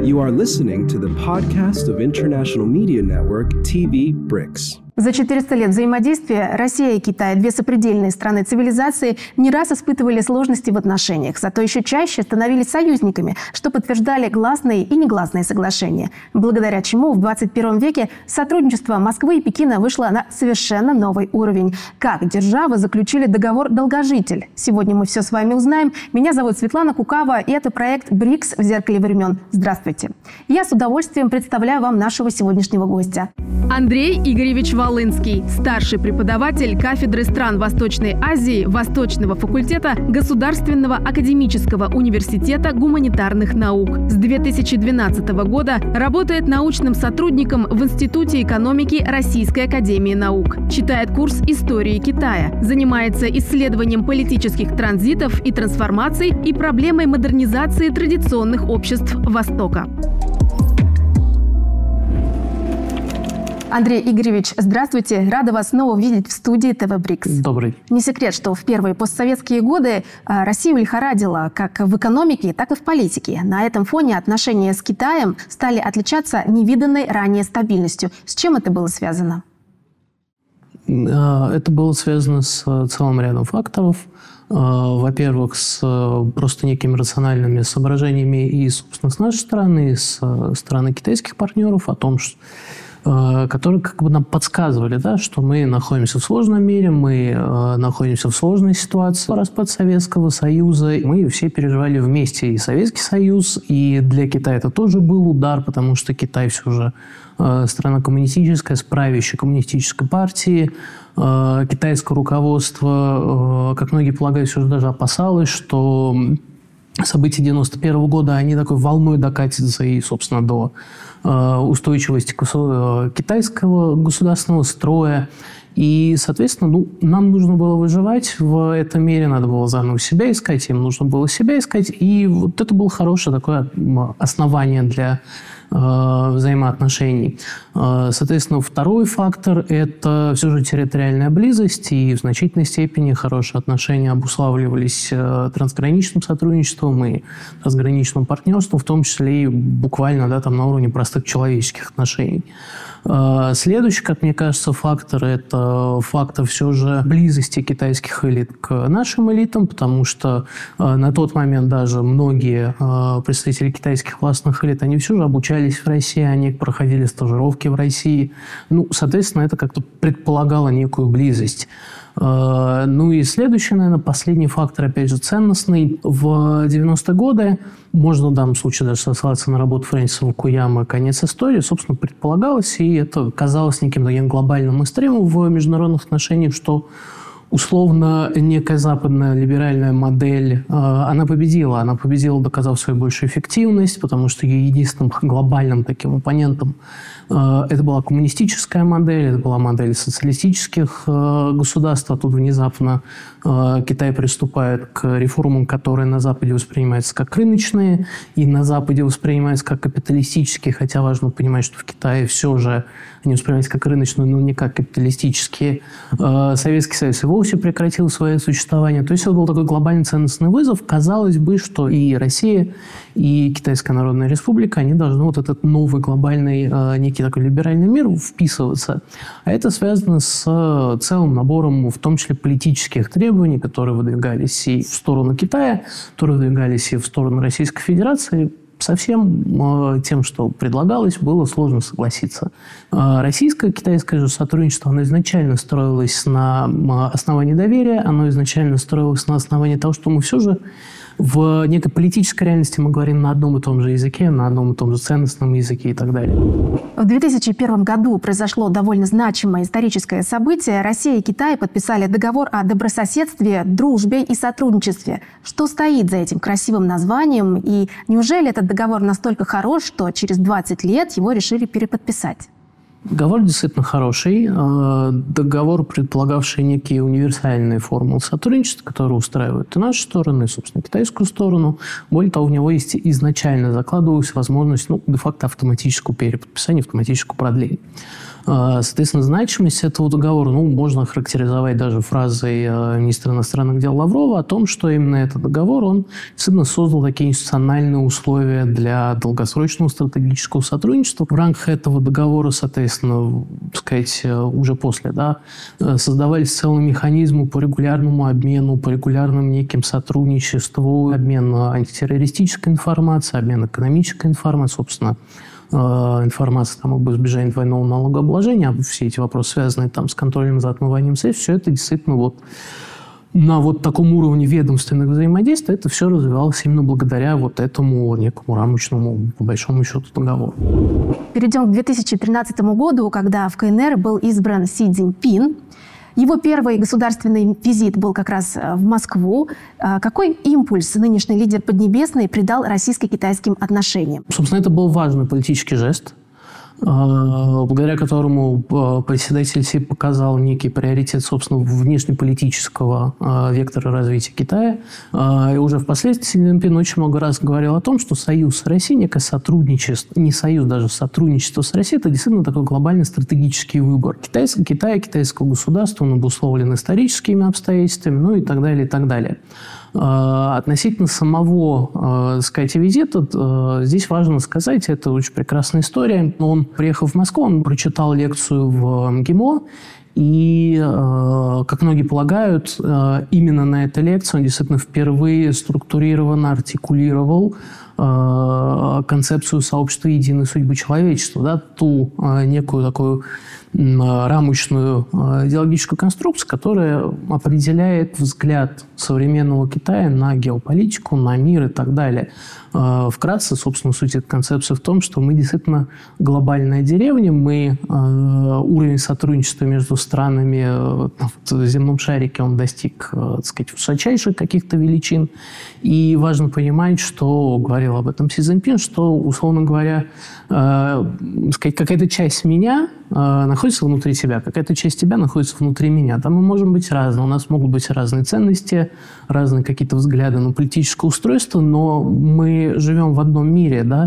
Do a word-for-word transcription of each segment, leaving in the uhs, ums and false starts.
You are listening to the podcast of International Media Network ти ви BRICS. За четыреста лет взаимодействия Россия и Китай, две сопредельные страны цивилизации, не раз испытывали сложности в отношениях, зато еще чаще становились союзниками, что подтверждали гласные и негласные соглашения, благодаря чему в двадцать первом веке сотрудничество Москвы и Пекина вышло на совершенно новый уровень. Как державы заключили договор «Долгожитель». Сегодня мы все с вами узнаем. Меня зовут Светлана Кукава, и это проект «брикс в зеркале времен». Здравствуйте. Я с удовольствием представляю вам нашего сегодняшнего гостя. Андрей Игоревич Волынский, старший преподаватель кафедры стран Восточной Азии Восточного факультета Государственного академического университета гуманитарных наук. С две тысячи двенадцатого года работает научным сотрудником в Институте экономики Российской академии наук. Читает курс истории Китая. Занимается исследованием политических транзитов и трансформаций и проблемой модернизации традиционных обществ Востока. Андрей Игоревич, здравствуйте. Рада вас снова видеть в студии ТВ «брикс». Добрый. Не секрет, что в первые постсоветские годы Россию лихорадило как в экономике, так и в политике. На этом фоне отношения с Китаем стали отличаться невиданной ранее стабильностью. С чем это было связано? Это было связано с целым рядом факторов. Во-первых, с просто некими рациональными соображениями и, собственно, с нашей стороны, и с стороны китайских партнеров о том, что которые как бы нам подсказывали, да, что мы находимся в сложном мире, мы э, находимся в сложной ситуации. Распад Советского Союза, мы все переживали вместе и Советский Союз, и для Китая это тоже был удар, потому что Китай все же э, страна коммунистическая, с правящей коммунистической партией. Э, китайское руководство, э, как многие полагают, все же даже опасалось, что события девяносто первого года, они такой волной докатятся и, собственно, до э, устойчивости китайского государственного строя. И, соответственно, ну, нам нужно было выживать в этом мире, надо было заново себя искать, им нужно было себя искать. И вот это было хорошее такое основание для э, взаимоотношений. Э, соответственно, второй фактор – это все же территориальная близость, и в значительной степени хорошие отношения обуславливались э, трансграничным сотрудничеством и трансграничным партнерством, в том числе и буквально, да, там, на уровне простых человеческих отношений. Следующий, как мне кажется, фактор – это фактор все же близости китайских элит к нашим элитам, потому что на тот момент даже многие представители китайских властных элит, они все же обучались в России, они проходили стажировки в России. Ну, соответственно, это как-то предполагало некую близость. Ну и следующий, наверное, последний фактор, опять же, ценностный. В девяностые годы, можно в данном случае даже сослаться на работу Фрэнсиса Фукуямы «Конец истории», собственно, предполагалось, и это казалось неким таким глобальным мейнстримом в международных отношениях, что условно некая западная либеральная модель, она победила. Она победила, доказав свою большую эффективность, потому что ее единственным глобальным таким оппонентом это была коммунистическая модель, это была модель социалистических государств. А тут внезапно Китай приступает к реформам, которые на Западе воспринимаются как рыночные, и на Западе воспринимаются как капиталистические, хотя важно понимать, что в Китае все же они воспринимаются как рыночные, но не как капиталистические. Советский Союз и вовсе прекратил свое существование. То есть это был такой глобальный ценностный вызов. Казалось бы, что и Россия, и Китайская Народная Республика, они должны вот этот новый глобальный некий такой либеральный мир вписываться. А это связано с целым набором, в том числе политических требований, которые выдвигались и в сторону Китая, которые выдвигались и в сторону Российской Федерации. Со всем тем, что предлагалось, было сложно согласиться. Российское китайское же сотрудничество, оно изначально строилось на основании доверия, оно изначально строилось на основании того, что мы все же в некой политической реальности мы говорим на одном и том же языке, на одном и том же ценностном языке и так далее. В две тысячи первом году произошло довольно значимое историческое событие. Россия и Китай подписали договор о добрососедстве, дружбе и сотрудничестве. Что стоит за этим красивым названием? И неужели этот договор настолько хорош, что через двадцать лет его решили переподписать? Договор действительно хороший. Договор, предполагавший некие универсальные формулы сотрудничества, которые устраивают и нашу сторону, и, собственно, китайскую сторону. Более того, в него есть изначально закладывалась возможность, ну, де-факто автоматического переподписания, автоматического продления. Соответственно, значимость этого договора, ну, можно характеризовать даже фразой министра иностранных дел Лаврова о том, что именно этот договор, он действительно создал такие институциональные условия для долгосрочного стратегического сотрудничества. В рамках этого договора, соответственно, так сказать, уже после, да, создавались целые механизмы по регулярному обмену, по регулярным неким сотрудничеству, обмен антитеррористической информацией, обмен экономической информацией, собственно, информация там, об избежании двойного налогообложения, все эти вопросы, связанные там, с контролем за отмыванием средств, все это действительно вот на вот таком уровне ведомственных взаимодействий это все развивалось именно благодаря вот этому некому рамочному, по большому счету, договору. Перейдем к две тысячи тринадцатому году, когда в КНР был избран Си Цзиньпин. Его первый государственный визит был как раз в Москву. Какой импульс нынешний лидер Поднебесной придал российско-китайским отношениям? Собственно, это был важный политический жест, благодаря которому председатель Си показал некий приоритет, собственно, внешнеполитического вектора развития Китая. И уже впоследствии Си Цзиньпин очень много раз говорил о том, что союз с Россией, некое сотрудничество, не союз, даже сотрудничество с Россией, это действительно такой глобальный стратегический выбор. Китайского, Китая, китайского государства, он обусловлен историческими обстоятельствами, ну и так далее, и так далее. Относительно самого, так сказать, визита, здесь важно сказать, это очень прекрасная история. Он, приехав в Москву, он прочитал лекцию в МГИМО, и, как многие полагают, именно на этой лекции он действительно впервые структурированно артикулировал концепцию сообщества единой судьбы человечества, да, ту некую такую рамочную идеологическую конструкцию, которая определяет взгляд современного Китая на геополитику, на мир и так далее. Вкратце, собственно, суть этой концепции в том, что мы действительно глобальная деревня, мы уровень сотрудничества между странами в земном шарике, он достиг, так сказать, высочайших каких-то величин. И важно понимать, что говорил об этом Си Цзиньпин, что, условно говоря, сказать, какая-то часть меня находится внутри тебя, какая-то часть тебя находится внутри меня. Там мы можем быть разные, у нас могут быть разные ценности, разные какие-то взгляды на политическое устройство, но мы живем в одном мире, да?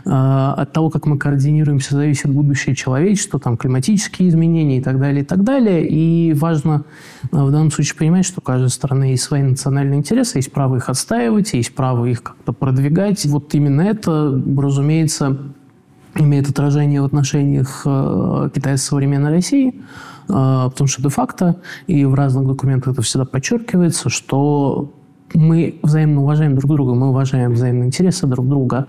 От того, как мы координируемся, зависит будущее человечества, там, климатические изменения и так далее, и так далее. И важно в данном случае понимать, что у каждой страны есть свои национальные интересы, есть право их отстаивать, есть право их как-то продвигать. Вот именно это, разумеется, имеет отражение в отношениях Китая с современной Россией, потому что де-факто и в разных документах это всегда подчеркивается, что мы взаимно уважаем друг друга, мы уважаем взаимные интересы друг друга.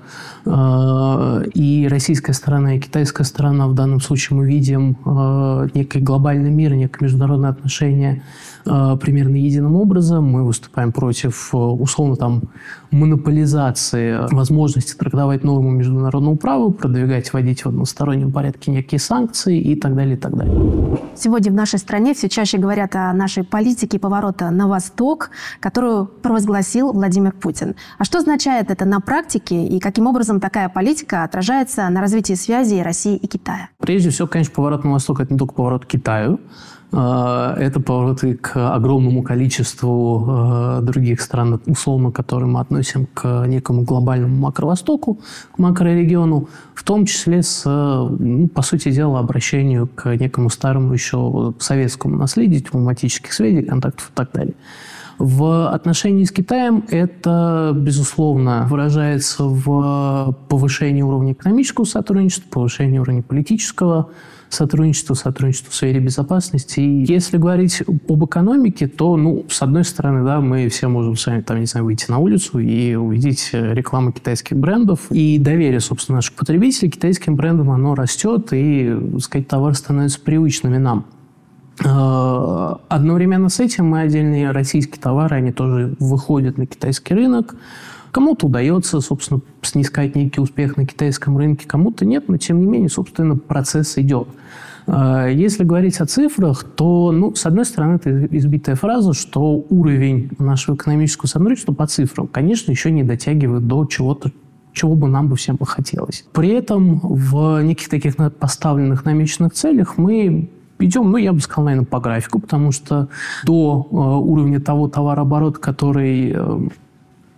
И российская сторона, и китайская сторона в данном случае мы видим некий глобальный мир, некое международное отношение примерно единым образом. Мы выступаем против, условно, там, монополизации возможности трактовать нормы международного права, продвигать, вводить в одностороннем порядке некие санкции и так далее, и так далее. Сегодня в нашей стране все чаще говорят о нашей политике поворота на восток, которую провозгласил Владимир Путин. А что означает это на практике и каким образом такая политика отражается на развитии связей России и Китая? Прежде всего, конечно, поворот на восток – это не только поворот к Китаю. Это повороты к огромному количеству других стран, условно, которые мы относим к некому глобальному макровостоку, к макрорегиону, в том числе с, ну, по сути дела, обращению к некому старому еще советскому наследию, дипломатических связей, контактов и так далее. В отношении с Китаем это, безусловно, выражается в повышении уровня экономического сотрудничества, повышении уровня политического сотрудничества, сотрудничества в сфере безопасности. И если говорить об экономике, то, ну, с одной стороны, да, мы все можем с вами, там, не знаю, выйти на улицу и увидеть рекламу китайских брендов. И доверие, собственно, наших потребителей к китайским брендам, оно растет, и, так сказать, товары становятся привычными нам. Одновременно с этим мы отдельные российские товары, они тоже выходят на китайский рынок. Кому-то удается, собственно, снискать некий успех на китайском рынке, кому-то нет, но, тем не менее, собственно, процесс идет. Если говорить о цифрах, то, ну, с одной стороны, это избитая фраза, что уровень нашего экономического сотрудничества по цифрам, конечно, еще не дотягивает до чего-то, чего бы нам бы всем бы хотелось. При этом в неких таких поставленных, намеченных целях мы идем, ну, я бы сказал, наверное, по графику, потому что до уровня того товарооборота, который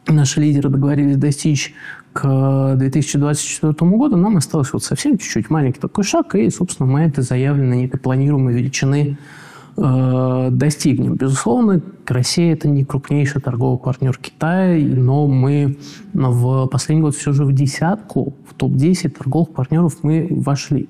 наши лидеры договорились достичь к две тысячи двадцать четвёртому году, нам осталось вот совсем чуть-чуть маленький такой шаг, и, собственно, мы этой заявленной некой планируемой величины э, достигнем. Безусловно, Россия – это не крупнейший торговый партнер Китая, но мы в последний год все же в десятку, в топ десять торговых партнеров мы вошли.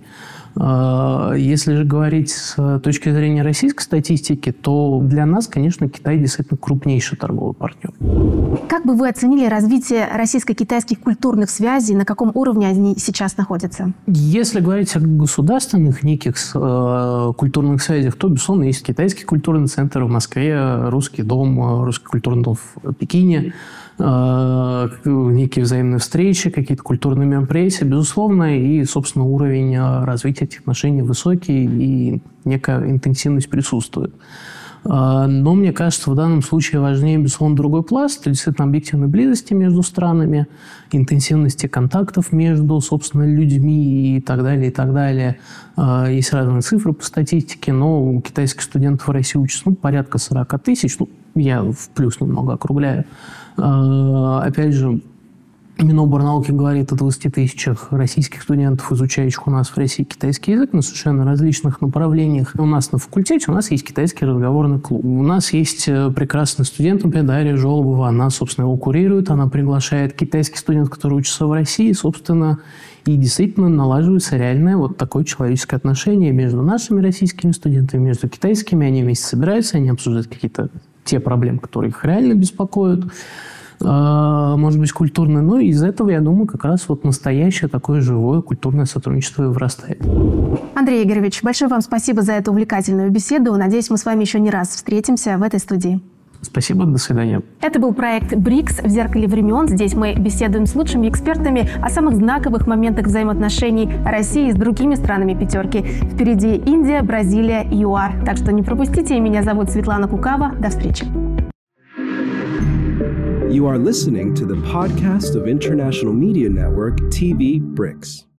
Если же говорить с точки зрения российской статистики, то для нас, конечно, Китай действительно крупнейший торговый партнер. Как бы вы оценили развитие российско-китайских культурных связей? На каком уровне они сейчас находятся? Если говорить о государственных неких э, культурных связях, то, безусловно, есть китайский культурный центр в Москве, русский дом, русский культурный дом в Пекине, э, некие взаимные встречи, какие-то культурные мероприятия, безусловно, и, собственно, уровень развития этих отношений высокий, и некая интенсивность присутствует. Но, мне кажется, в данном случае важнее, безусловно, другой пласт, это действительно объективной близости между странами, интенсивности контактов между, собственно, людьми и так далее, и так далее. Есть разные цифры по статистике, но у китайских студентов в России учатся ну, порядка сорок тысяч, ну, я в плюс немного округляю. Опять же, Миноборнауки говорит о двадцати тысячах российских студентов, изучающих у нас в России китайский язык на совершенно различных направлениях. У нас на факультете у нас есть китайский разговорный клуб. У нас есть прекрасный студент, например, Дарья Жолобова. Она, собственно, его курирует, она приглашает китайских студентов, которые учатся в России, собственно, и действительно налаживается реальное вот такое человеческое отношение между нашими российскими студентами, между китайскими. Они вместе собираются, они обсуждают какие-то те проблемы, которые их реально беспокоят. Может быть, культурное, но из этого, я думаю, как раз вот настоящее такое живое культурное сотрудничество и вырастает. Андрей Игоревич, большое вам спасибо за эту увлекательную беседу. Надеюсь, мы с вами еще не раз встретимся в этой студии. Спасибо, до свидания. Это был проект БРИКС в зеркале времен. Здесь мы беседуем с лучшими экспертами о самых знаковых моментах взаимоотношений России с другими странами пятерки. Впереди Индия, Бразилия и ЮАР. Так что не пропустите. Меня зовут Светлана Кукава. До встречи. You are listening to the podcast of International Media Network T V BRICS.